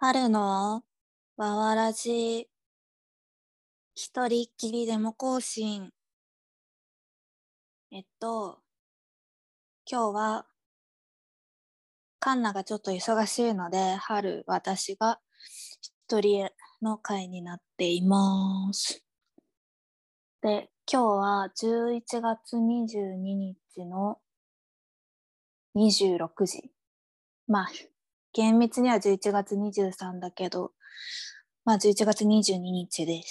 春のわわらじ一人っきりデモ行進。えっと、今日はカンナがちょっと忙しいので、私が一人の会になっています。で、今日は11月22日の26時。まあ、厳密には11月23だけど、まあ11月22日です。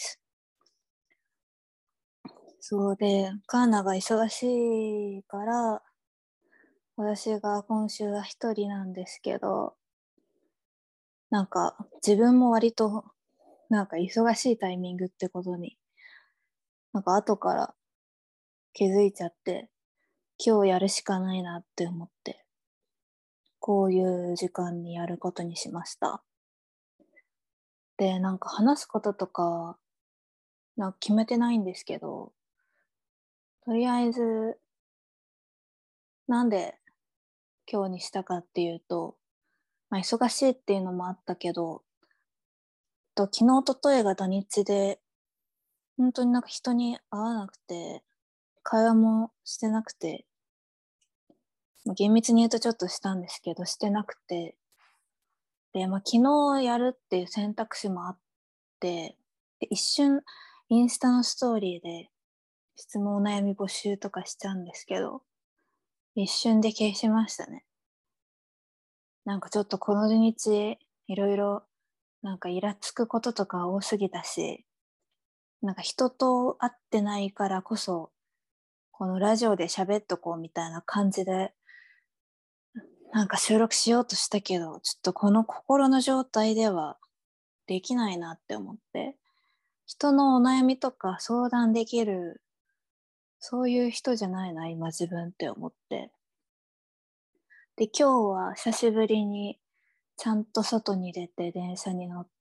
そうで、カンナが忙しいから、私が今週は一人なんですけど、なんか自分も割となんか忙しいタイミングってことに、なんか後から気づいちゃって、今日やるしかないなって思って、こういう時間にやることにしました。で、なんか話すこととか、なんか決めてないんですけど、とりあえず、なんで今日にしたかっていうと、まあ忙しいっていうのもあったけど、昨日、一昨日が土日で、本当になんか人に会わなくて、会話もしてなくて、厳密に言うとちょっとしたんですけど、してなくて、で、昨日やるっていう選択肢もあって、で、一瞬インスタのストーリーで質問お悩み募集とかしちゃうんですけど、一瞬で消しましたね。なんかちょっとこの土日、いろいろなんかイラつくこととか多すぎたし、なんか人と会ってないからこそ、このラジオで喋っとこうみたいな感じで、なんか収録しようとしたけど、ちょっとこの心の状態ではできないなって思って、人のお悩みとか相談できる、そういう人じゃないな、今自分って思って。で、今日は久しぶりにちゃんと外に出て電車に乗って、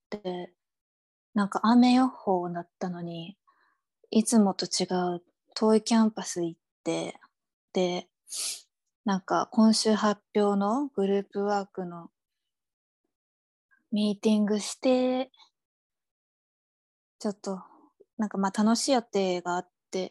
なんか雨予報だったのに、いつもと違う遠いキャンパス行って、で、なんか今週発表のグループワークのミーティングして、ちょっと、なんか楽しい予定があって、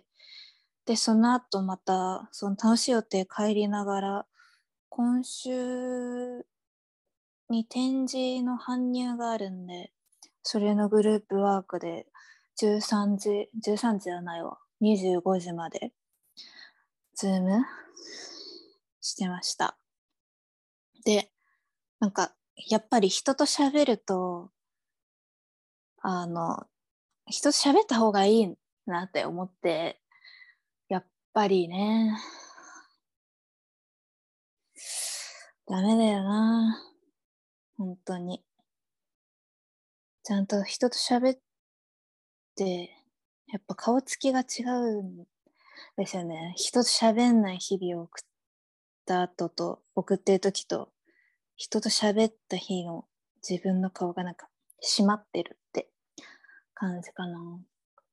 で、その後また、その楽しい予定帰りながら、今週に展示の搬入があるんで、それのグループワークで13時じゃないわ、25時まで、ズームしてました。で、なんか、やっぱり人と喋ると、あの、人と喋った方がいいなって思って、やっぱりね、ダメだよな、本当に。ちゃんと人と喋って、やっぱ顔つきが違うんですよね。人と喋んない日々を送ってる時と、人と喋った日の自分の顔がなんか締まってるって感じかな。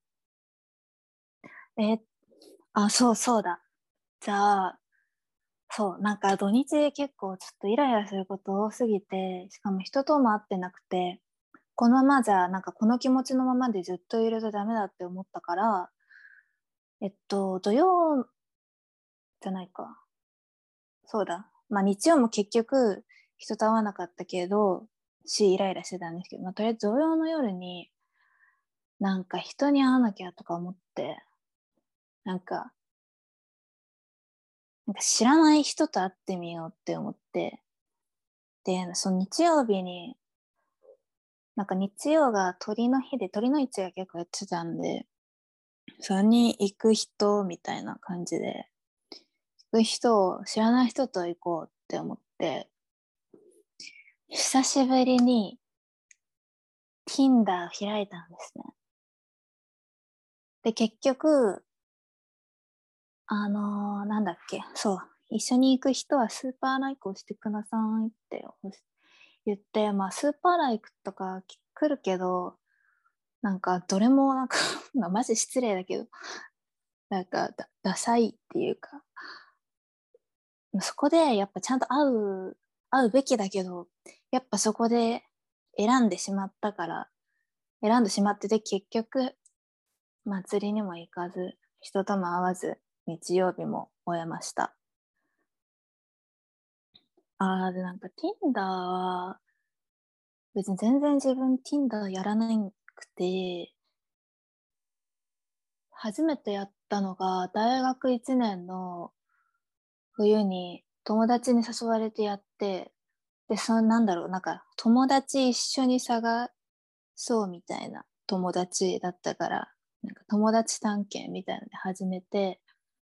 え、そうそうだ。じゃあ、そう、なんか土日結構ちょっとイライラすること多すぎて、しかも人とも会ってなくて、このままじゃ、なんかこの気持ちのままでずっといるとダメだって思ったから、土曜じゃないか。そうだ。日曜も結局人と会わなかったけど、イライラしてたんですけど、とりあえず土曜の夜になんか人に会わなきゃとか思って、なんか、なんか知らない人と会ってみようって思って、で、その日曜日に、なんか日曜が鳥の日で、鳥の市が結構やってたんで、それに行く人みたいな感じで、行く人を知らない人と行こうって思って、久しぶりに Tinder 開いたんですね。で、結局、なんだっけ、そう、一緒に行く人はスーパーライクをしてくださいって言って、スーパーライクとか来るけど、なんか、どれもなんかマジ失礼だけど、なんかダサいっていうか、そこでやっぱちゃんと会うべきだけど、やっぱそこで選んでしまったから、選んでしまってて、結局祭りにも行かず、人とも会わず、日曜日も終えました。で、なんか Tinder は、別に全然自分 Tinder やらなくて、初めてやったのが大学1年の冬に友達に誘われてやって、で、なんだろう、なんか友達一緒に探そうみたいな友達だったから、なんか友達探検みたいなので始めて、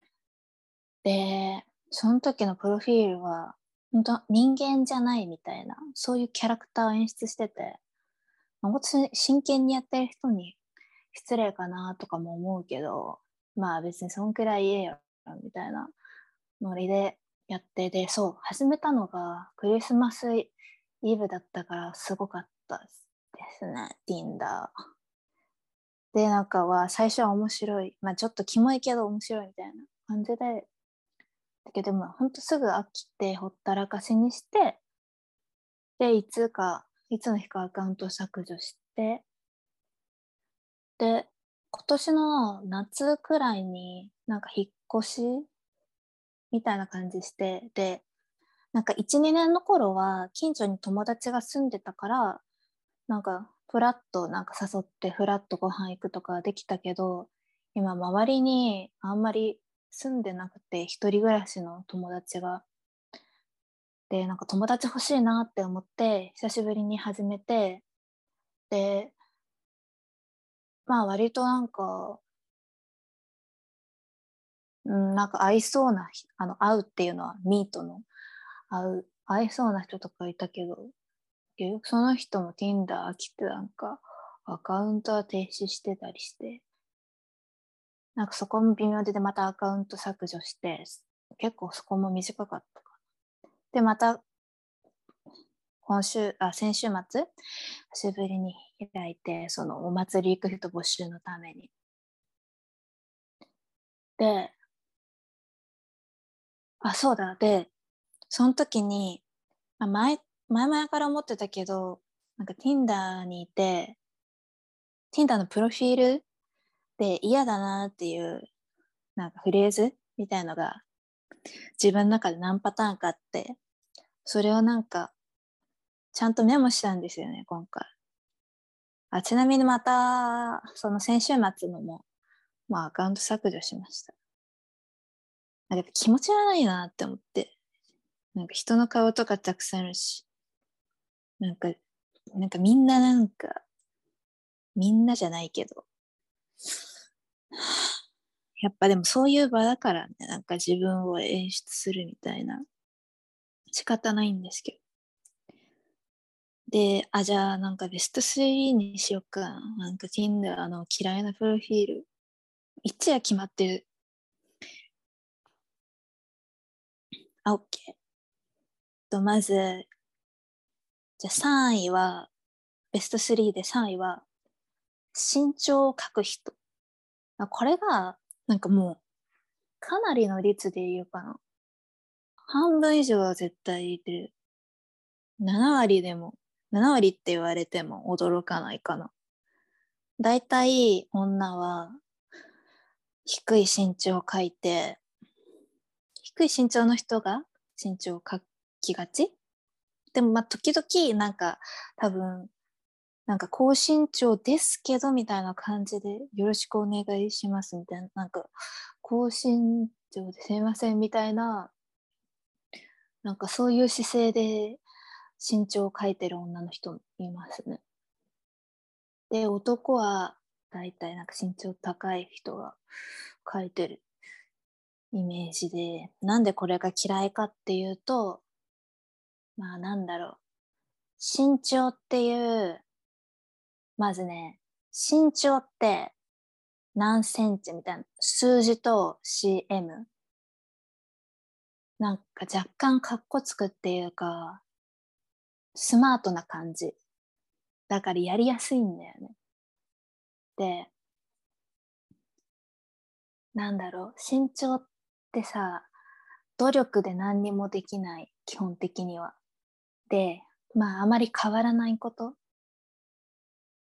で、その時のプロフィールは、本当人間じゃないみたいな、そういうキャラクターを演出してて、本当に真剣にやってる人に失礼かなとかも思うけど、まあ別にそんくらい言えよみたいなノリでやって、で、そう、始めたのがクリスマスイブだったからすごかったですね、Tinder。で、なんかは最初は面白い。まあちょっとキモいけど面白いみたいな感じで、だけどもほんとすぐ飽きてほったらかしにして、で、いつの日かアカウント削除して、で、今年の夏くらいになんか引っ越しみたいな感じして、で、なんか1、2年の頃は近所に友達が住んでたから、なんかフラッとなんか誘ってフラッとご飯行くとかできたけど、今周りにあんまり住んでなくて一人暮らしの友達が、で、なんか友達欲しいなって思って久しぶりに始めて、で、まあ割となんか、なんか合いそうな、合うっていうのはミートの合いそうな人とかいたけど、結局その人も Tinder 飽きてなんかアカウントは停止してたりして、なんかそこも微妙でまたアカウント削除して、結構そこも短かったかな。で、また先週末、久しぶりに開いて、そのお祭り行く人募集のために。で、そうだ。で、その時に、まあ前々から思ってたけど、なんか Tinder にいて、Tinder のプロフィールで嫌だなっていうなんかフレーズみたいのが自分の中で何パターンかあって、それをなんかちゃんとメモしたんですよね、今回。ちなみにまた、その先週末のも、まあアカウント削除しました。なんか気持ち悪いなって思って、なんか人の顔とかたくさんあるし、なんか、なんかみんななんか、みんなじゃないけど、やっぱでもそういう場だからね、なんか自分を演出するみたいな、仕方ないんですけど。で、じゃあなんかベスト3にしよっかな。なんか Tinder の嫌いなプロフィール。一夜決まってる。OK。まず、じゃあ3位は、ベスト3で3位は、身長を書く人。これが、なんかもう、かなりの率で言うかな。半分以上は絶対入れてる。7割でも、7割って言われても驚かないかな。だいたい女は低い身長を書いて、低い身長の人が身長を書きがち。でもまあ時々なんか多分なんか高身長ですけどみたいな感じでよろしくお願いしますみたいな、なんか高身長ですいませんみたいな、なんかそういう姿勢で身長を書いてる女の人いますね。で、男はだいたいなんか身長高い人が書いてるイメージで、なんでこれが嫌いかっていうと、まあなんだろう。身長っていう、まずね、身長って何センチみたいな数字と CM。なんか若干カッコつくっていうか、スマートな感じ。だからやりやすいんだよね。で、なんだろう、身長ってさ、努力で何にもできない、基本的には。で、まああまり変わらないこと。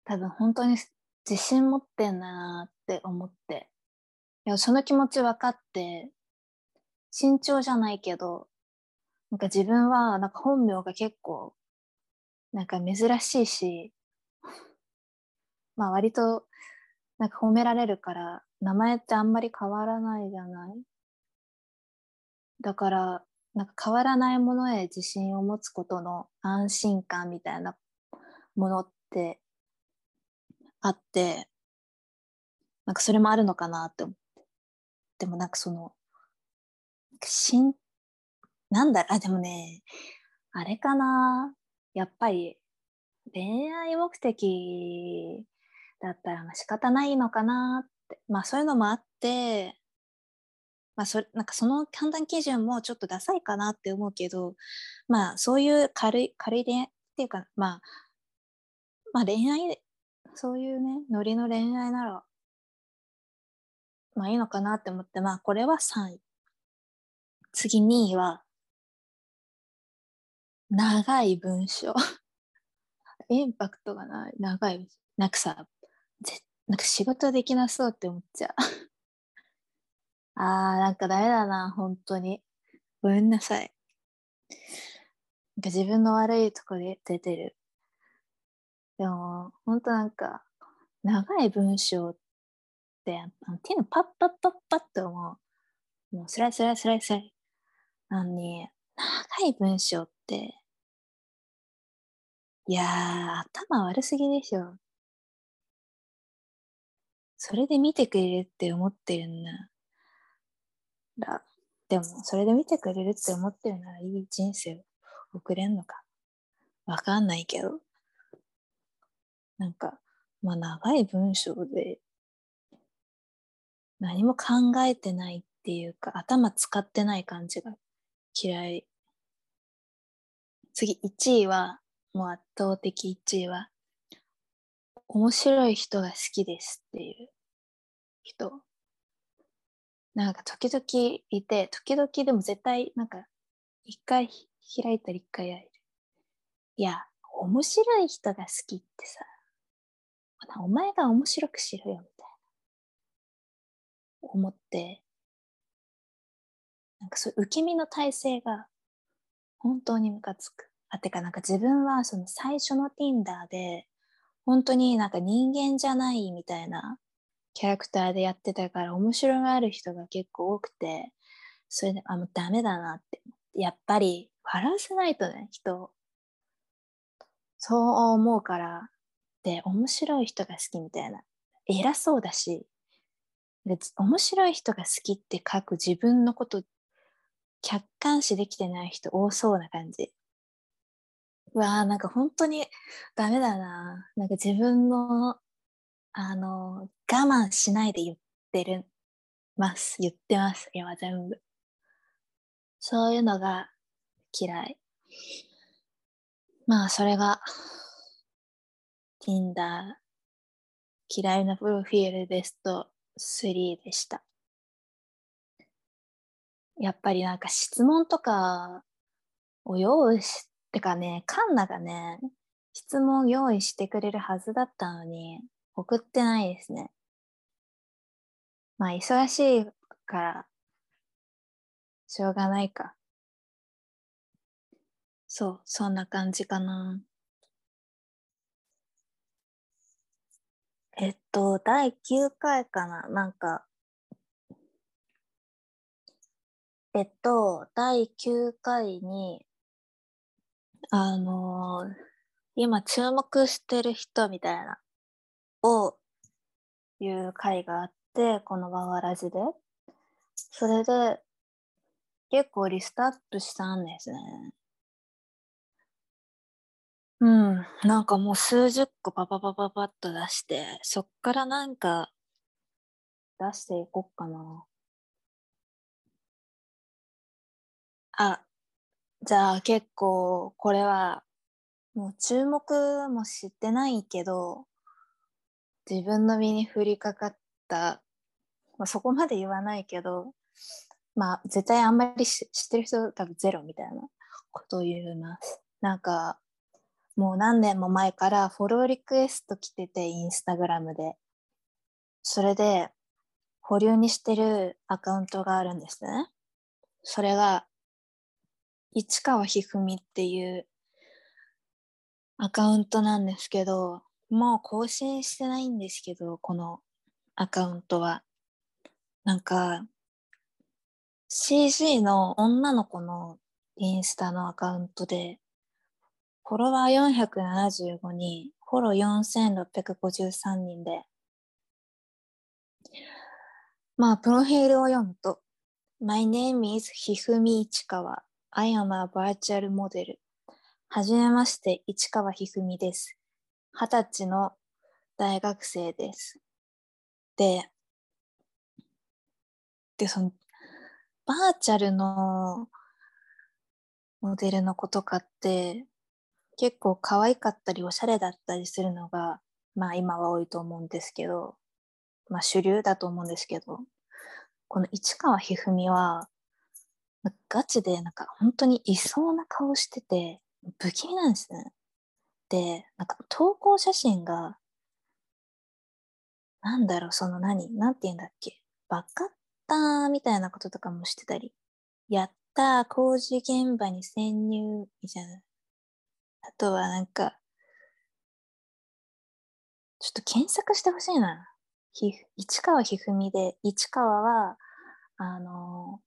多分本当に自信持ってんだなって思って。いや、その気持ち分かって、慎重じゃないけど、なんか自分はなんか本名が結構なんか珍しいし、まあ割となんか褒められるから名前ってあんまり変わらないじゃない。だからなんか変わらないものへ自信を持つことの安心感みたいなものってあって、なんかそれもあるのかなって思って。でもなんかその、しん、なんだ、あ、でもね、あれかな。やっぱり恋愛目的だったらまあ仕方ないのかなって。まあそういうのもあって、まあなんかその判断基準もちょっとダサいかなって思うけど、まあそういう軽い恋愛っていうか、まあ恋愛、そういうね、ノリの恋愛なら、まあいいのかなって思って、まあこれは3位。次2位は、長い文章。インパクトがない、長い文章。なんかさ、なんか仕事できなそうって思っちゃう。なんかダメだな、本当に。ごめんなさい。なんか自分の悪いとこで出てる。でも、本当なんか、長い文章って、手のパッパッパッパッって思う。もうスライスライスライスライ。なのに、長い文章って、いやー、頭悪すぎでしょ。それで見てくれるって思ってるんだ。でも、それで見てくれるって思ってるならいい人生を送れんのか。わかんないけど。なんか、まあ長い文章で何も考えてないっていうか、頭使ってない感じが嫌い。次、1位は、もう圧倒的1位は、面白い人が好きですっていう人。なんか時々いて、時々でも絶対、なんか、一回開いたら一回やる。いや、面白い人が好きってさ、お前が面白くしろよ、みたいな思って、なんかそう受け身の体制が本当にムカつく。てかなんか自分はその最初の Tinder で、本当になんか人間じゃないみたいなキャラクターでやってたから面白がる人が結構多くて、それで、もうダメだなって。やっぱり笑わせないとね、人を。そう思うから、で、面白い人が好きみたいな。偉そうだし、で面白い人が好きって書く自分のこと客観視できてない人多そうな感じ。うわーなんか本当にダメだな。なんか自分の、我慢しないで言ってます、今全部。そういうのが嫌い。まあ、それが Tinder 嫌いなプロフィールベスト3でした。やっぱりなんか質問とかを用意してかね、カンナがね、質問用意してくれるはずだったのに、送ってないですね。まあ、忙しいから、しょうがないか。そう、そんな感じかな。第9回かな。なんか、第9回に、あのー今注目してる人みたいな、をいう回があって、このバワラジで。それで、結構リストアップしたんですね。うん。なんかもう数十個パパパパパッと出して、そっからなんか出していこっかな。あ、じゃあ結構これはもう注目もしてないけど、自分の身に降りかかった、そこまで言わないけど、まあ絶対あんまり知ってる人多分ゼロみたいなことを言います。なんかもう何年も前からフォローリクエスト来てて、インスタグラムで。それで、保留にしてるアカウントがあるんですね。それが、市川ひふみっていうアカウントなんですけど、もう更新してないんですけど、このアカウントは。なんか、CG の女の子のインスタのアカウントで、フォロワー475人、フォロー4653人で、まあ、プロフィールを読むと、My name is ひふみ市川。I am a virtual model. はじめまして、市川ひふみです。20歳の大学生です。で、その、バーチャルのモデルの子とかって、結構可愛かったりおしゃれだったりするのが、まあ今は多いと思うんですけど、まあ主流だと思うんですけど、この市川ひふみは、ガチでなんか本当にいそうな顔してて、不気味なんですね。で、なんか投稿写真が、なんだろう、そのなんて言うんだっけ、バカッターみたいなこととかもしてたり、やったー、工事現場に潜入、みたいな。あとはなんか、ちょっと検索してほしいな。市川ひふみで、市川は、あの、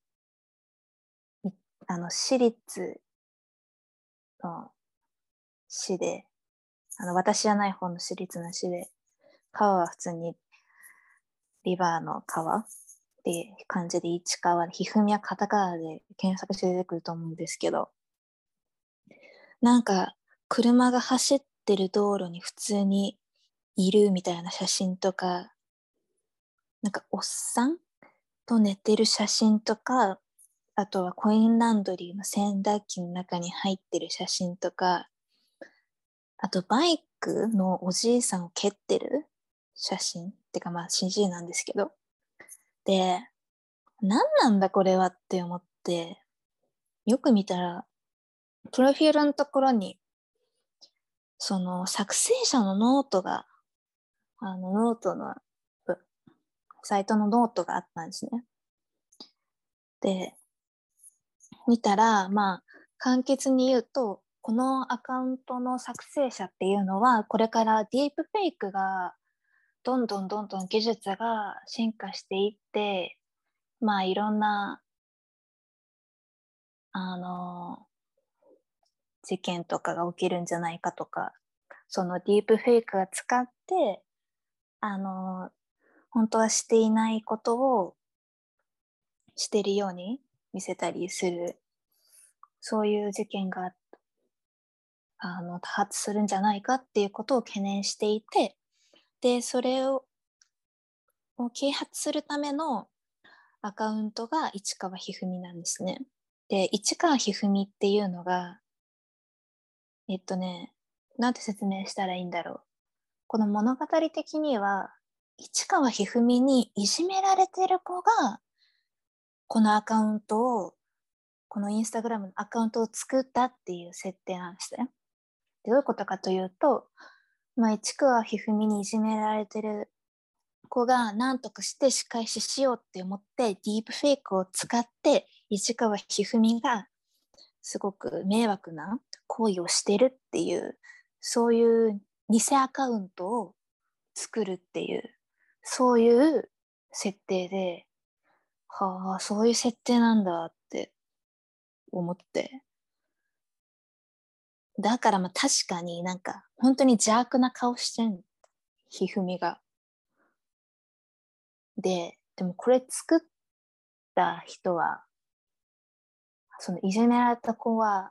私立の市で、私じゃない方の私立の市で、川は普通にリバーの川っていう感じで市川、ひふみはカタカナで検索して出てくると思うんですけど、なんか車が走ってる道路に普通にいるみたいな写真とか、なんかおっさんと寝てる写真とか、あとはコインランドリーの洗濯機の中に入ってる写真とか、あとバイクのおじいさんを蹴ってる写真ってかまあ CG なんですけど。で、何なんだこれはって思って、よく見たら、プロフィールのところに、その作成者のノートが、ノートの、サイトのノートがあったんですね。で、見たら、まあ、簡潔に言うと、このアカウントの作成者っていうのは、これからディープフェイクがどんどん技術が進化していって、まあいろんな、あの、事件とかが起きるんじゃないかとか、そのディープフェイクが使って、あの、本当はしていないことをしているように見せたりする、そういう事件が多発するんじゃないかっていうことを懸念していて、で、それを啓発するためのアカウントが市川ひふみなんですね。で、市川ひふみっていうのが、なんて説明したらいいんだろう。この物語的には、市川ひふみにいじめられてる子が、このアカウントを、このインスタグラムのアカウントを作ったっていう設定なんですね。でどういうことかというと、まあ、市川ひふみにいじめられてる子が何とかして仕返ししようって思ってディープフェイクを使って市川ひふみがすごく迷惑な行為をしてるっていうそういう偽アカウントを作るっていうそういう設定で、はあそういう設定なんだって思って、だからまあ確かになんか本当に邪悪な顔してんひふみが。でもこれ作った人は、そのいじめられた子は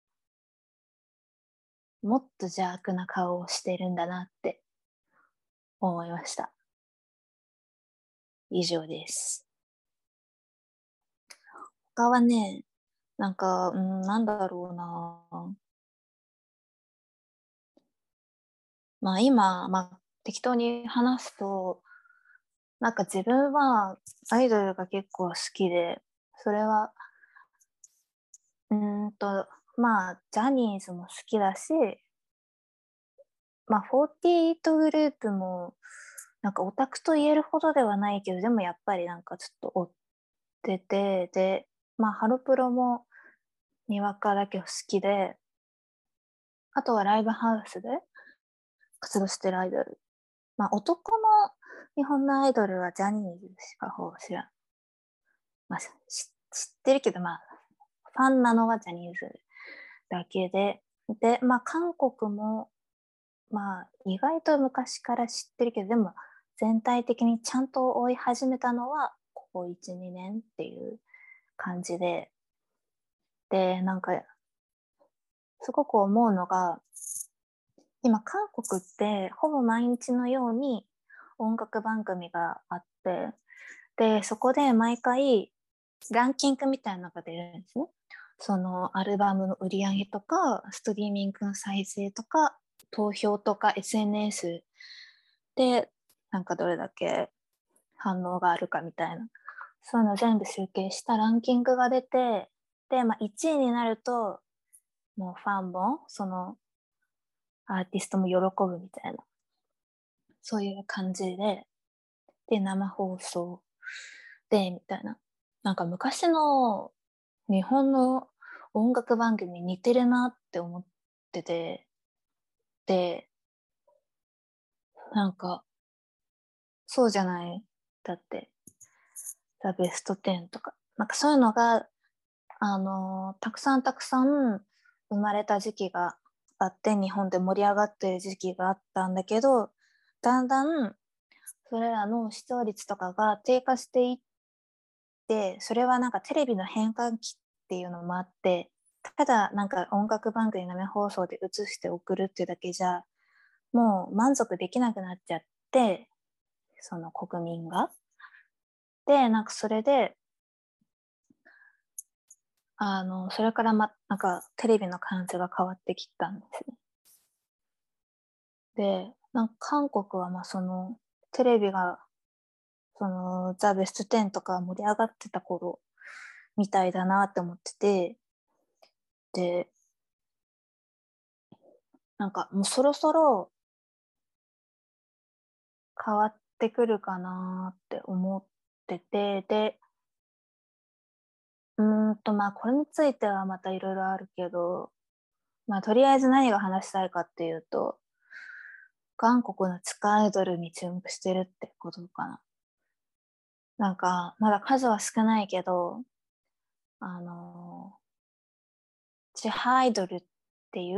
もっと邪悪な顔をしてるんだなって思いました。以上です。他はね、なんか、なんだろうな。まあ今、まあ適当に話すと、なんか自分はアイドルが結構好きで、それは、うーんと、まあジャニーズも好きだし、 まあ48グループもなんかオタクと言えるほどではないけど、でもやっぱりなんかちょっと追ってて、で、まあハロプロもにわかだけ好きで、あとはライブハウスで活動してるアイドル。まあ男の日本のアイドルはジャニーズしかほぼ知らん。まあ知ってるけど、まあファンなのはジャニーズだけで、で、まあ韓国もまあ意外と昔から知ってるけど、でも全体的にちゃんと追い始めたのはここ1、2年っていう感じで、で、なんかすごく思うのが、今韓国ってほぼ毎日のように音楽番組があって、で、そこで毎回ランキングみたいなのが出るんですね。そのアルバムの売り上げとか、ストリーミングの再生とか、投票とか SNS で、なんかどれだけ反応があるかみたいな、そういうの全部集計したランキングが出て、で、まあ、1位になると、もうファンも、そのアーティストも喜ぶみたいな、そういう感じで、で、生放送で、みたいな。なんか昔の日本の音楽番組に似てるなって思ってて、で、なんか、そうじゃない。だって、ザ・ベスト10とか。なんかそういうのが、たくさんたくさん生まれた時期があって、日本で盛り上がってる時期があったんだけど、だんだんそれらの視聴率とかが低下していって、それはなんかテレビの変換器っていうのもあって、ただなんか音楽番組生放送で映して送るっていうだけじゃ、もう満足できなくなっちゃって、その国民が。で、なんかそれで、それからなんかテレビの感じが変わってきたんですね。で、なんか韓国はまあそのテレビがそのザ・ベスト10とか盛り上がってた頃みたいだなって思ってて、で、なんかもうそろそろ変わってくるかなって思ってて、で、まあこれについてはまたいろいろあるけど、まあとりあえず何が話したいかっていうと、韓国の地下アイドルに注目してるってことかな。なんか、まだ数は少ないけど、あの、地下アイドルっていう、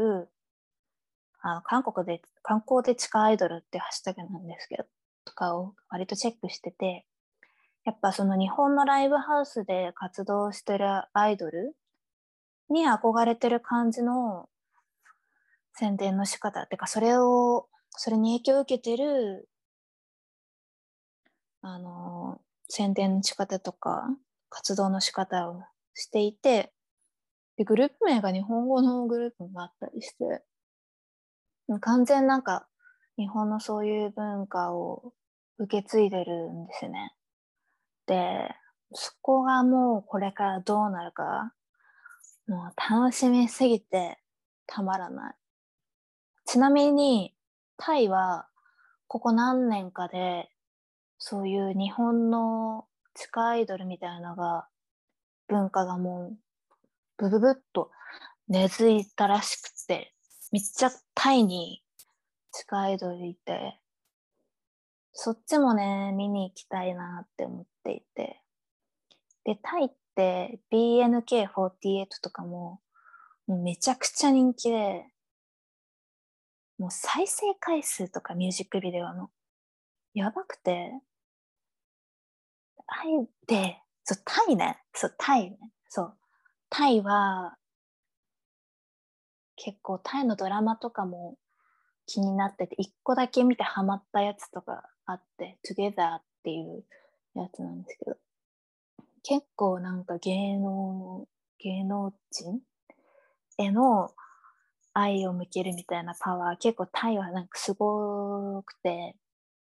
観光で地下アイドルっていうハッシュタグなんですけど、とかを割とチェックしてて、やっぱその日本のライブハウスで活動してるアイドルに憧れてる感じの宣伝の仕方っていうか、それに影響を受けてる、あの、宣伝の仕方とか、活動の仕方をしていて、で、グループ名が日本語のグループがあったりして、完全なんか日本のそういう文化を受け継いでるんですよね。で、そこがもうこれからどうなるか、もう楽しみすぎてたまらない。ちなみに、タイはここ何年かで、そういう日本の地下アイドルみたいなのが、文化がもうブブブッと根付いたらしくて、めっちゃタイに地下アイドルいて、そっちもね、見に行きたいなって思っていて。で、タイって BNK48 とかもうめちゃくちゃ人気で、もう再生回数とかミュージックビデオのやばくて、タイで、そう、タイね、そう、タイね、そう、タイは結構タイのドラマとかも気になってて、一個だけ見てハマったやつとかあって、Together っていうやつなんですけど、結構なんか芸能人への愛を向けるみたいなパワー、結構タイはなんかすごくて、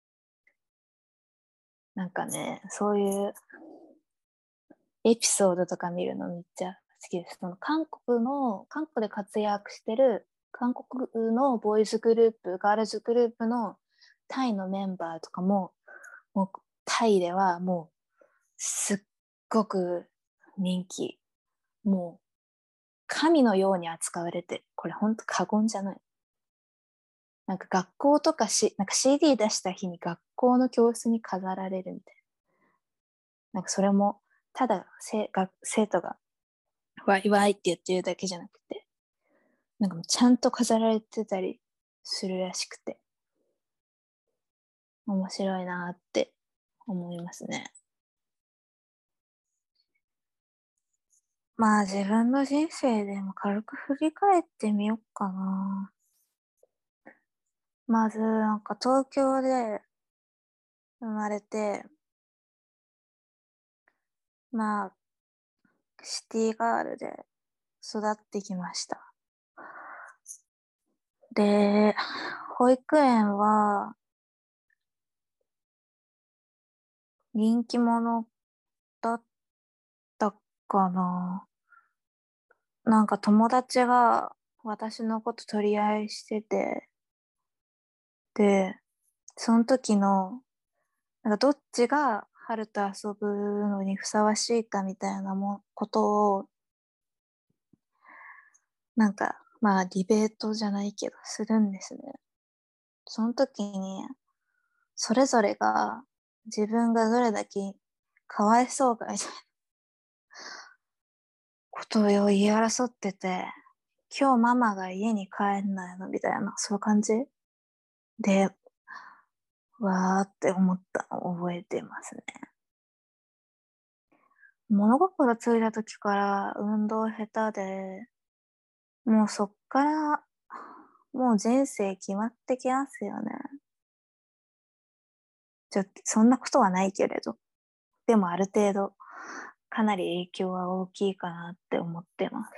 なんかね、そういうエピソードとか見るのめっちゃ好きです。その韓国で活躍してる韓国のボーイズグループ、ガールズグループのタイのメンバーとかも、もうタイではもうすっごく人気。もう神のように扱われて、これほんと過言じゃない。なんか学校とかなんか CD 出した日に学校の教室に飾られるみたいな。なんかそれも、ただ生徒がワイワイって言ってるだけじゃなくて、なんかもうちゃんと飾られてたりするらしくて、面白いなって思いますね。まあ自分の人生でも軽く振り返ってみようかな。まずなんか東京で生まれて、まあシティガールで育ってきました。で、保育園は人気者だったかな。なんか友達が私のこと取り合いしてて、で、その時の、なんかどっちが春と遊ぶのにふさわしいかみたいなことを、なんか、まあディベートじゃないけど、するんですね。その時に、それぞれが自分がどれだけかわいそうかみたいなことを言い争ってて、今日ママが家に帰んないのみたいな、そういう感じで、わーって思ったのを覚えてますね。物心ついた時から運動下手で、もうそっから、もう人生決まってきますよね。そんなことはないけれど。でもある程度、かなり影響は大きいかなって思ってます。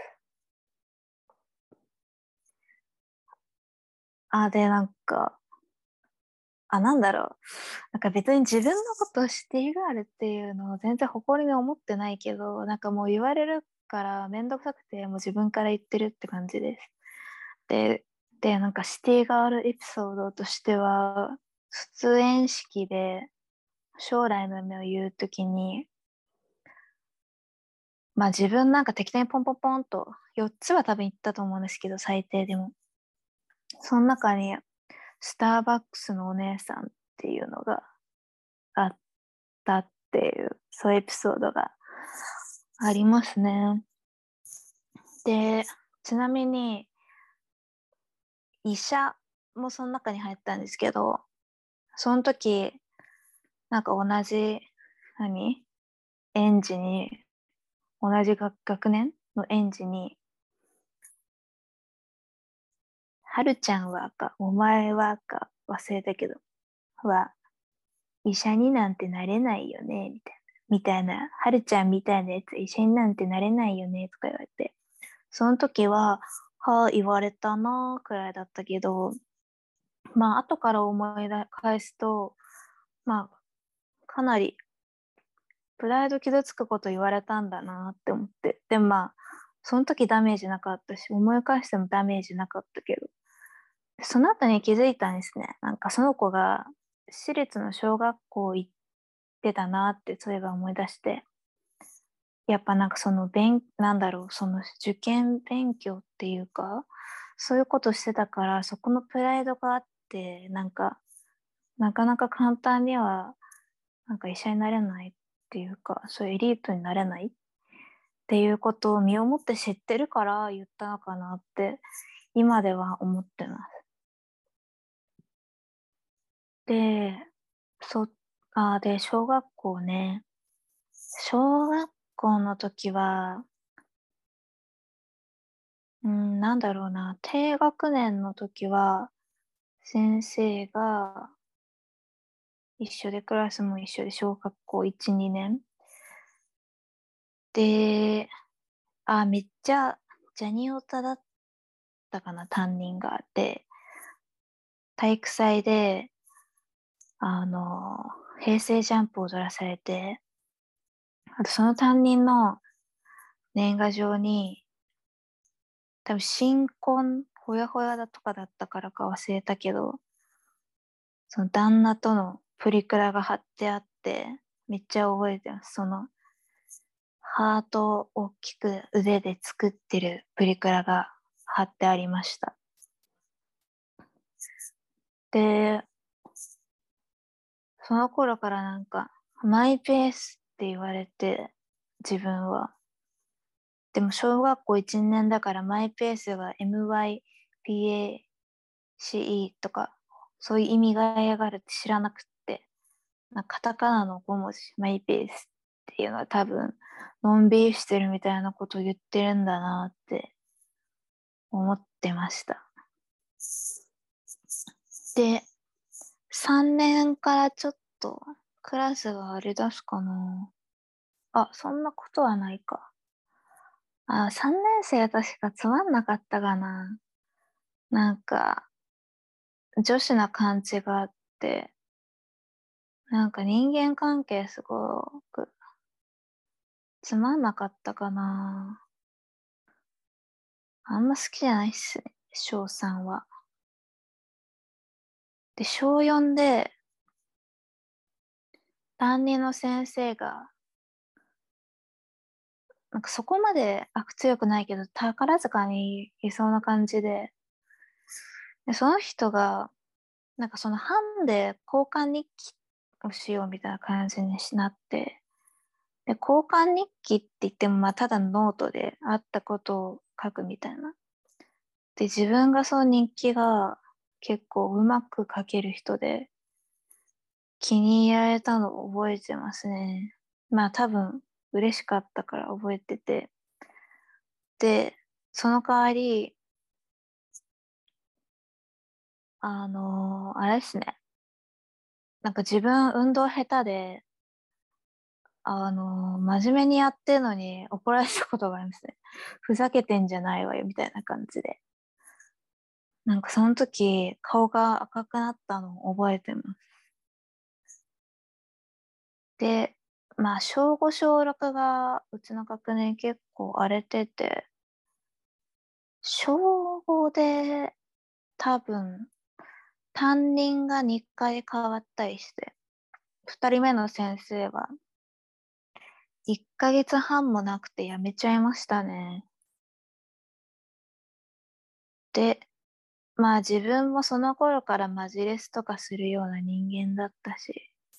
で、なんか、なんだろう。なんか別に自分のことをシティガールっていうのを全然誇りに思ってないけど、なんかもう言われるからめんどくさくて、もう自分から言ってるって感じです。で、なんかシティガールエピソードとしては、卒園式で将来の夢を言うときに、まあ自分なんか適当にポンポンポンと4つは多分言ったと思うんですけど、最低でも。その中にスターバックスのお姉さんっていうのがあったっていう、そういうエピソードがありますね。で、ちなみに医者もその中に入ったんですけど、その時、なんか同じ、園児に、同じ学年の園児に、はるちゃんはか、お前はか、忘れたけど、は、医者になんてなれないよね、みたいな、はるちゃんみたいなやつ医者になんてなれないよね、とか言われて、その時は、はあ、言われたな、くらいだったけど、まあ、後から思い返すと、まあ、かなりプライド傷つくこと言われたんだなって思って。でもまあ、その時ダメージなかったし、思い返してもダメージなかったけど、その後に気づいたんですね。なんかその子が私立の小学校行ってたなって、そういえば思い出して、やっぱなんかなんだろう、その受験勉強っていうか、そういうことしてたから、そこのプライドがあって、なんか、なかなか簡単には、なんか医者になれないっていうか、そういうエリートになれないっていうことを身をもって知ってるから言ったのかなって今では思ってます。で、そ、で、小学校ね。小学校の時は、なんだろうな、低学年の時は先生が一緒でクラスも一緒で小学校1、2年。で、めっちゃジャニオタだったかな、担任があって、体育祭で、あの、平成ジャンプを踊らされて、あとその担任の年賀状に、多分新婚ほやほやだとかだったからか忘れたけど、その旦那とのプリクラが貼ってあって、めっちゃ覚えてます。そのハートを大きく腕で作ってるプリクラが貼ってありました。で、その頃からなんか、マイペースって言われて、自分は。でも小学校1年だからマイペースが MYPACE とか、そういう意味がやがるって知らなくって、カタカナの5文字、マイペースっていうのは多分、のんびりしてるみたいなことを言ってるんだなって思ってました。で、3年からちょっとクラスが荒れ出すかな。あ、そんなことはないか。あ、3年生は確かつまんなかったかな。なんか、女子な感じがあって、なんか人間関係すごくつまんなかったかな。あんま好きじゃないっすね、小3は。で、小4で担任の先生が、なんかそこまで悪強くないけど、宝塚にいそうな感じで、その人が、なんかその班で交換日記をしようみたいな感じになって、で、交換日記って言っても、まあ、ただのノートであったことを書くみたいな。で、自分がその日記が結構うまく書ける人で、気に入られたのを覚えてますね。まあ、多分、嬉しかったから覚えてて。で、その代わり、あれですね。なんか自分運動下手で、真面目にやってるのに怒られたことがありますね。ふざけてんじゃないわよ、みたいな感じで。なんかその時、顔が赤くなったのを覚えてます。で、まあ、小5、小6が、うちの学年結構荒れてて、小5で多分、担任が2回変わったりして、2人目の先生は1ヶ月半もなくて辞めちゃいましたね。で、まあ自分もその頃からマジレスとかするような人間だったし、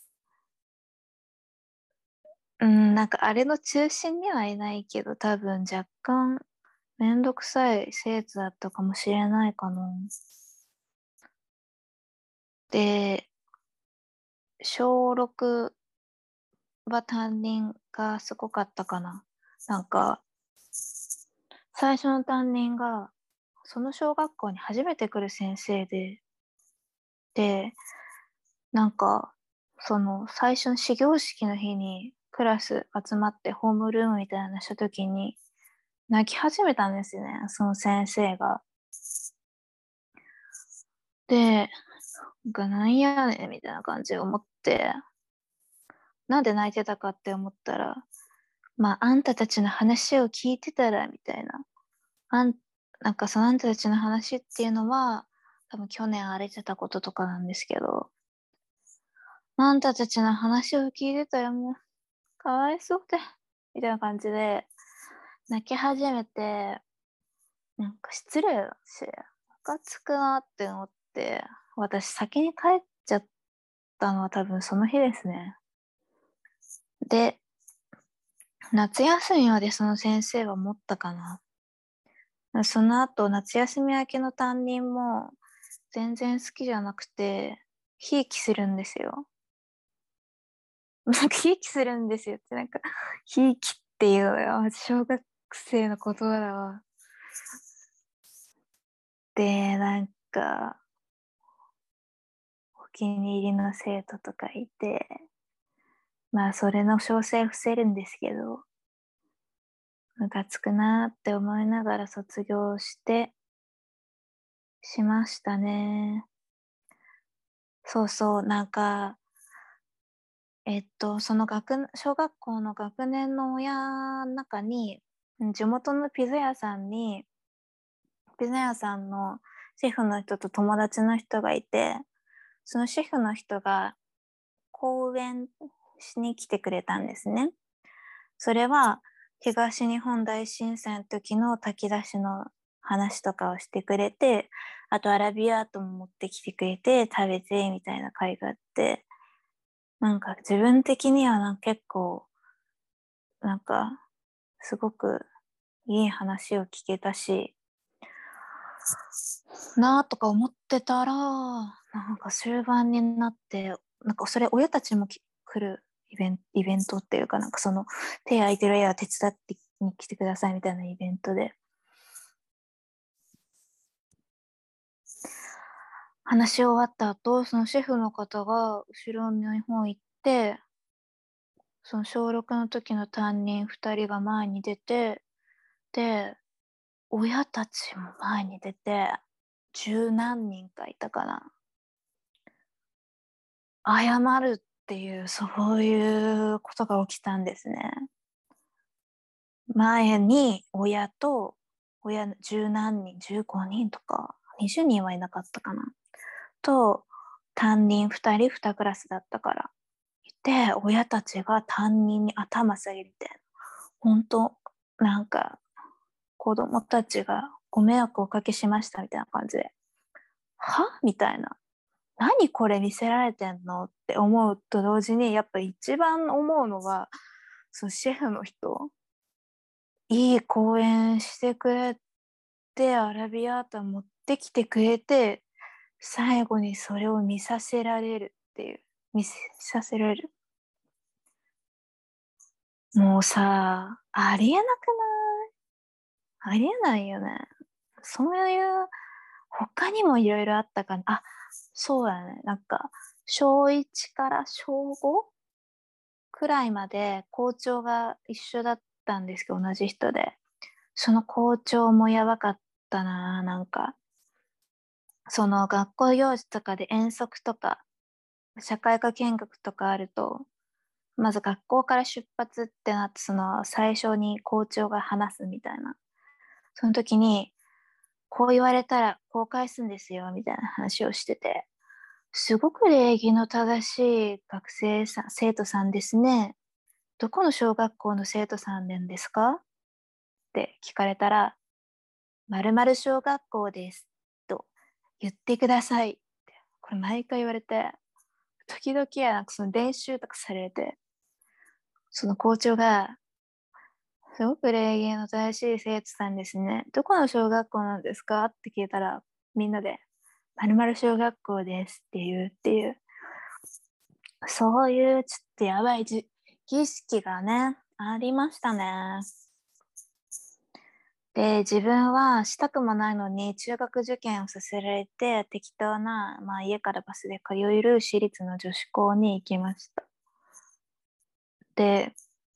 うん、なんかあれの中心にはいないけど、多分若干めんどくさい生徒だったかもしれないかな。で、小6は担任がすごかったかな。なんか、最初の担任が、その小学校に初めて来る先生で、なんか、その最初の始業式の日にクラス集まってホームルームみたいなのした時に泣き始めたんですよね、その先生が。で、なんやねんみたいな感じで思って、なんで泣いてたかって思ったら、まあ、あんたたちの話を聞いてたら、みたいな。あん、なんかそのあんたたちの話っていうのは、多分去年荒れてたこととかなんですけど、あんたたちの話を聞いてたらもう、かわいそうで、みたいな感じで、泣き始めて、なんか失礼だし、ムカつくなって思って、私先に帰っちゃったのは多分その日ですね。で、夏休みまでその先生は持ったかな。その後、夏休み明けの担任も全然好きじゃなくて、ひいきするんですよ。なんかひいきするんですよって、なんか、ひいきっていうのよ。小学生の言葉だわ。で、なんか、お気に入りの生徒とかいて、まあ、それの詳細伏せるんですけど、ムカつくなって思いながら卒業しましたね。そうそう、なんか、その小学校の学年の親の中に、地元のピザ屋さんにピザ屋さんのシェフの人と友達の人がいて、そのシェフの人が講演しに来てくれたんですね。それは東日本大震災の時の炊き出しの話とかをしてくれて、あとアラビアートも持ってきてくれて食べてみたいな会があって、なんか自分的には結構なんかすごくいい話を聞けたしなとか思ってたら、なんか終盤になって、なんかそれ親たちも来るイベントっていうか、なんかその手空いてる親は手伝ってに来てくださいみたいなイベントで、話し終わった後、そのシェフの方が後ろの方行って、その小6の時の担任2人が前に出て、で、親たちも前に出て、十何人かいたかな。謝るっていう、そういうことが起きたんですね。前に親十何人、15人とか、20人はいなかったかな。と、担任2人、2クラスだったから。いて、親たちが担任に頭下げるみたいな。本当なんか、子供たちがご迷惑をおかけしましたみたいな感じで。はみたいな。何これ見せられてんのって思うと同時に、やっぱ一番思うのは、そのシェフの人、いい講演してくれて、アラビアータ持ってきてくれて、最後にそれを見させられるっていう。見させられる。もうさ、ありえなくない？ありえないよね。そういう、他にもいろいろあったかな。あ、そうだね。なんか、小1から小 5 くらいまで校長が一緒だったんですけど、同じ人で。その校長もやばかったな、なんか。その学校行事とかで遠足とか、社会科見学とかあると、まず学校から出発ってなって、その最初に校長が話すみたいな。その時に、こう言われたらこう返すんですよ、みたいな話をしてて、すごく礼儀の正しい生徒さんですね。どこの小学校の生徒さんなんですかって聞かれたら、〇〇小学校ですと言ってくださいって、これ毎回言われて、時々はなんかその練習とかされて、その校長が、すごく礼儀の正しい生徒さんですね。どこの小学校なんですかって聞いたら、みんなで、〇〇小学校ですって言うっていう、そういうちょっとやばい儀式がね、ありましたね。で、自分はしたくもないのに中学受験をさせられて、適当な、まあ、家からバスで通える私立の女子校に行きました。で、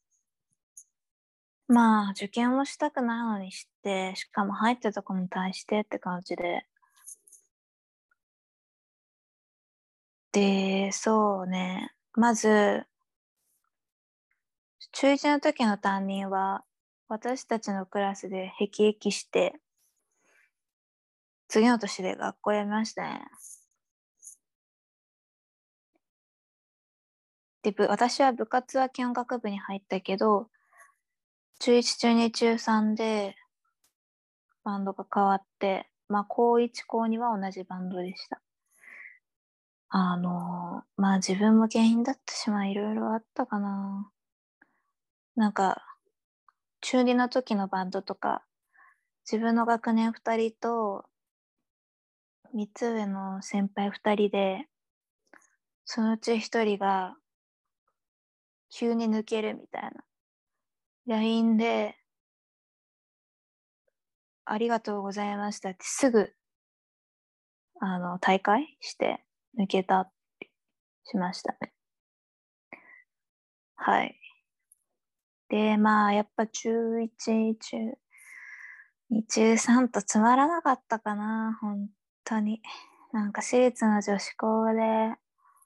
まあ、受験をしたくないのにして、しかも入ったとこに対してって感じで。で、そうね。まず、中1の時の担任は、私たちのクラスで辟易して、次の年で学校辞めましたね。で、私は部活は見学部に入ったけど、中1、中2、中3でバンドが変わって、まあ、高1、高2は同じバンドでした。まあ自分も原因だったし、まあいろいろあったかな。なんか、中2の時のバンドとか、自分の学年2人と3つ上の先輩2人で、そのうち1人が急に抜けるみたいな。LINE で、ありがとうございましたってすぐ、退会して抜けたってしましたね。はい。で、まあ、やっぱ中1、中2、中3とつまらなかったかな、本当に。なんか私立の女子校で、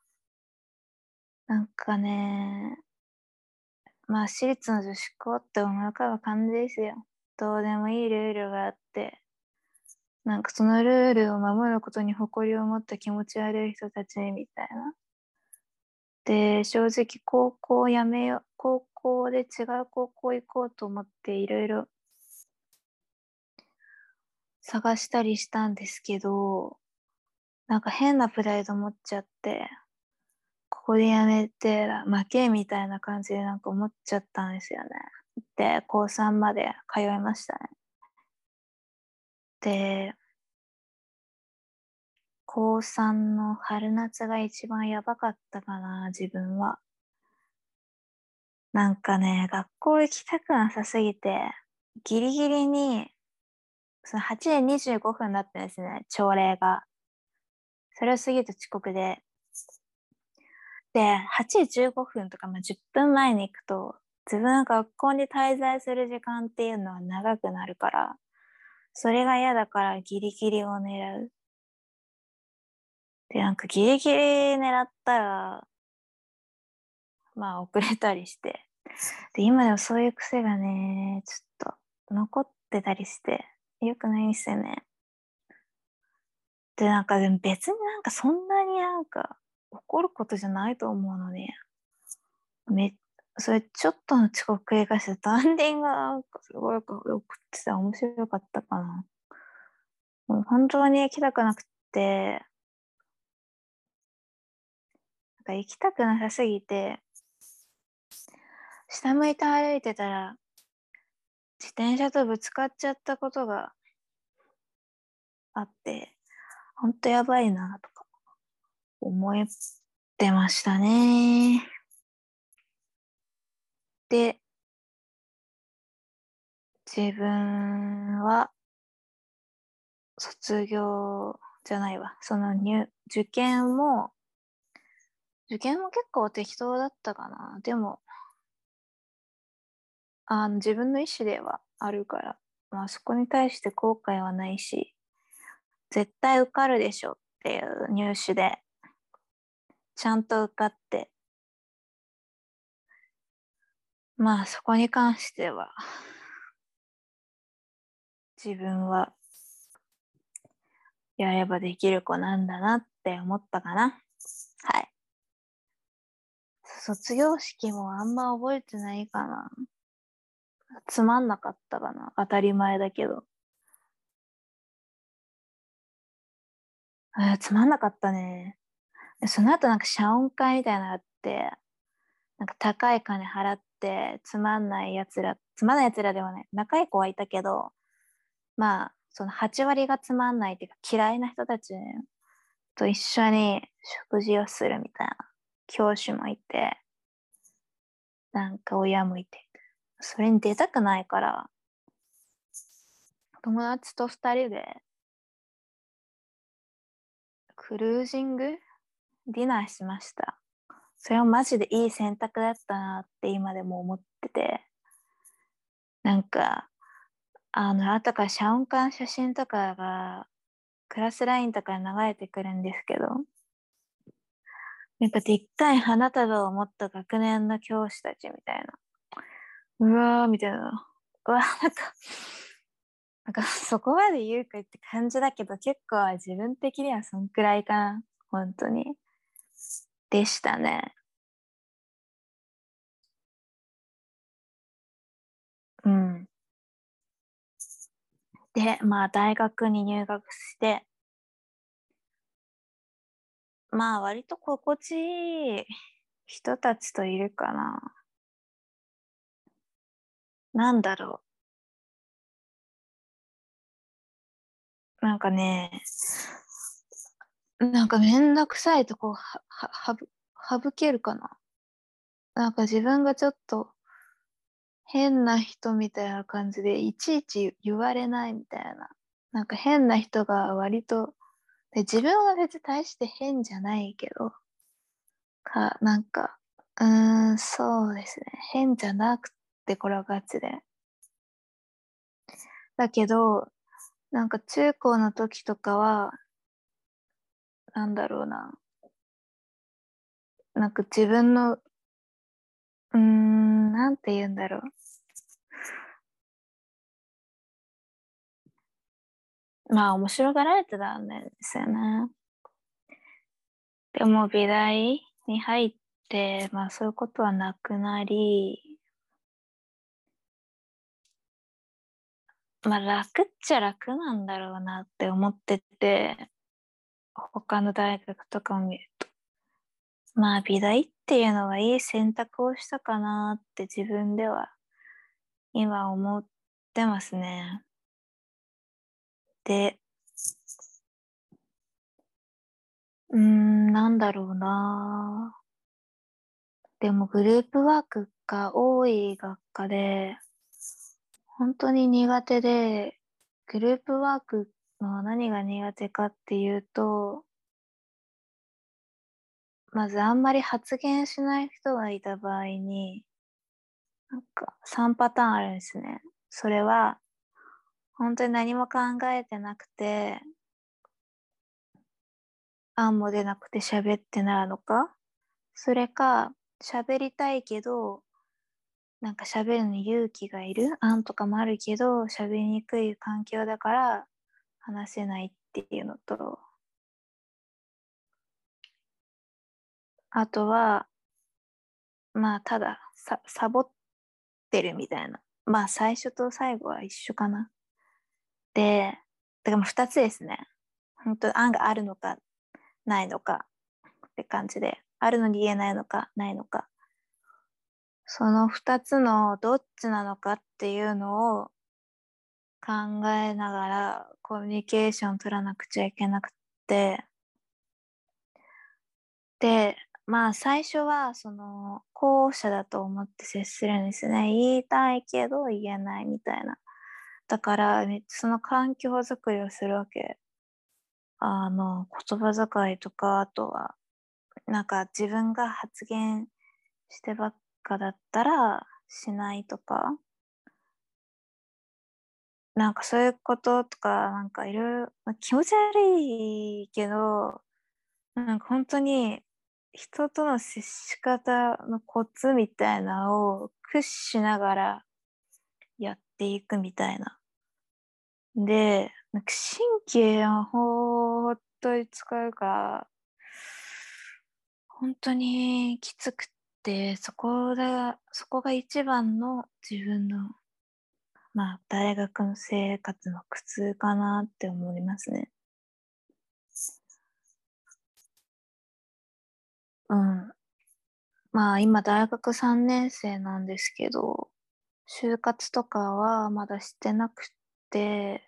なんかね、まあ私立の女子校って思い浮かぶ感じですよ。どうでもいいルールがあって、 なんかそのルールを守ることに誇りを持った気持ち悪い人たちみたいな。で、正直高校を辞めよう、高校で違う高校行こうと思っていろいろ探したりしたんですけど、なんか変なプライド持っちゃって、ここで辞めて負けみたいな感じでなんか思っちゃったんですよね。で、高3まで通いましたね。で、高3の春夏が一番やばかったかな、自分は。なんかね、学校行きたくなさすぎて、ギリギリに、その8時25分だったんですね、朝礼が。それを過ぎると遅刻で。で、8時15分とか、10分前に行くと、自分が学校に滞在する時間っていうのは長くなるから、それが嫌だからギリギリを狙う。で、なんかギリギリ狙ったら、遅れたりして。で、今でもそういう癖がね、ちょっと残ってたりして、良くないんですよね。で、なんかでも別になんかそんなになんか怒ることじゃないと思うので、め、それちょっとの遅刻生かして担任がなんかすごい送ってたら面白かったかな。もう本当に行きたくなくて、なんか行きたくなさすぎて、下向いて歩いてたら自転車とぶつかっちゃったことがあって、ほんとやばいなとか思ってましたね。で、自分は卒業じゃないわ。受験も結構適当だったかな。でも、自分の意思ではあるから、そこに対して後悔はないし、絶対受かるでしょっていう入試で、ちゃんと受かって、そこに関しては、自分はやればできる子なんだなって思ったかな。はい。卒業式もあんま覚えてないかな。つまんなかったかな。当たり前だけど。つまんなかったね。その後なんか謝恩会みたいなのがあって、なんか高い金払ってつまんない奴らではない。仲いい子はいたけど、その8割がつまんないっていうか嫌いな人たちと一緒に食事をするみたいな教師もいて、なんか親もいて、それに出たくないから、友達と2人でクルージングディナーしました。それはマジでいい選択だったなって今でも思ってて、なんか、後から謝恩会の写真とかがクラスラインとかに流れてくるんですけど、なんかでっかい花束を持った学年の教師たちみたいな。うわーみたいな。うわーなんかそこまで言うかって感じだけど、結構自分的にはそんくらいかな。本当に。でしたね。うん。で、大学に入学して、割と心地いい人たちといるかな。なんだろう。なんかね、なんかめんどくさいとこ省けるかな。なんか自分がちょっと変な人みたいな感じでいちいち言われないみたいな。なんか変な人が割と、自分は別に大して変じゃないけど、なんか、そうですね。変じゃなくてこれはガチで。だけど、なんか中高の時とかは、なんだろうな。なんか自分の、なんて言うんだろう。 まあ面白がられてたんですよね。でも美大に入って、まあそういうことはなくなり、まあ楽っちゃ楽なんだろうなって思ってて、他の大学とかを見ると。まあ美大っていうのはいい選択をしたかなって自分では今思ってますね。で、なんだろうな。でもグループワークが多い学科で、本当に苦手で、グループワークの何が苦手かっていうと、まずあんまり発言しない人がいた場合に、なんか3パターンあるんですね。それは、本当に何も考えてなくて、案も出なくて喋ってなるのか、それか、喋りたいけど、なんか喋るのに勇気がいる案とかもあるけど、喋りにくい環境だから話せないっていうのと、あとは、まあ、ただサボってるみたいな。まあ、最初と最後は一緒かな。で、だからもう二つですね。本当案があるのか、ないのかって感じで、あるのに言えないのか、ないのか。その二つのどっちなのかっていうのを考えながらコミュニケーション取らなくちゃいけなくて、で、まあ最初はその後者だと思って接するんですね。言いたいけど言えないみたいな。だからめっちゃその環境づくりをするわけ。言葉遣いとか、あとは、なんか自分が発言してばっかだったらしないとか、なんかそういうこととか、なんかいろいろ、まあ気持ち悪いけど、なんか本当に人との接し方のコツみたいなのを駆使しながらやっていくみたいな。で、なんか神経は本当に使うから、本当にきつくって、そこが一番の自分の、まあ、大学の生活の苦痛かなって思いますね。うん。まあ、今大学3年生なんですけど、就活とかはまだしてなくて、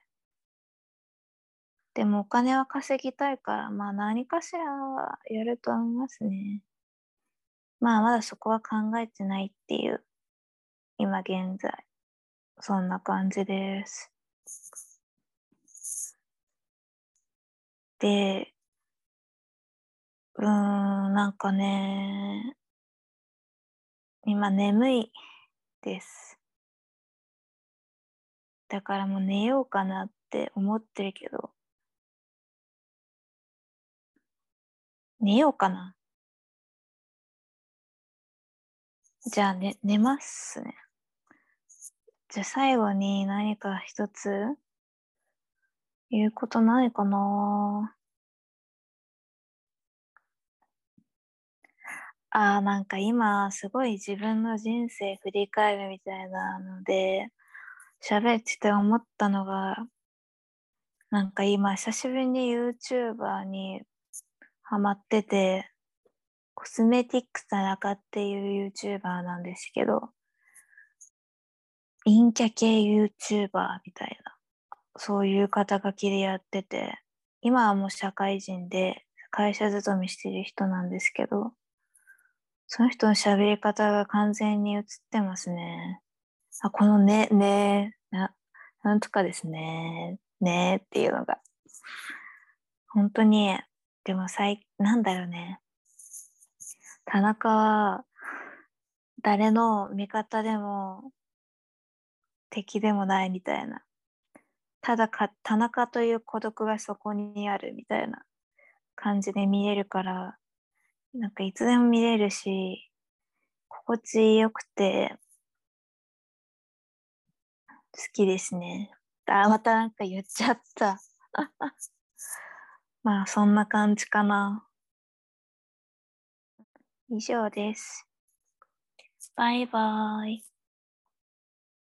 でもお金は稼ぎたいから、まあ何かしらはやると思いますね。まあまだそこは考えてないっていう、今現在。そんな感じです。で、なんかね、今眠いです。だからもう寝ようかなって思ってるけど、寝ようかな。じゃあね、寝ますね。じゃあ最後に何か一つ言うことないかな。なんか今すごい自分の人生振り返るみたいなので、喋ってて思ったのが、なんか今久しぶりに YouTuber にハマってて、コスメティック田中っていう YouTuber なんですけど、陰キャ系 YouTuber みたいな、そういう肩書きでやってて、今はもう社会人で会社勤めしてる人なんですけど、その人の喋り方が完全に映ってますね。このなんとかですね、ねっていうのが。本当に、でもなんだろうね。田中は誰の味方でも敵でもないみたいな。田中という孤独がそこにあるみたいな感じで見えるから、なんかいつでも見れるし、心地よくて好きですね。またなんか言っちゃった。 まあそんな感じかな。以上です。バイバイ。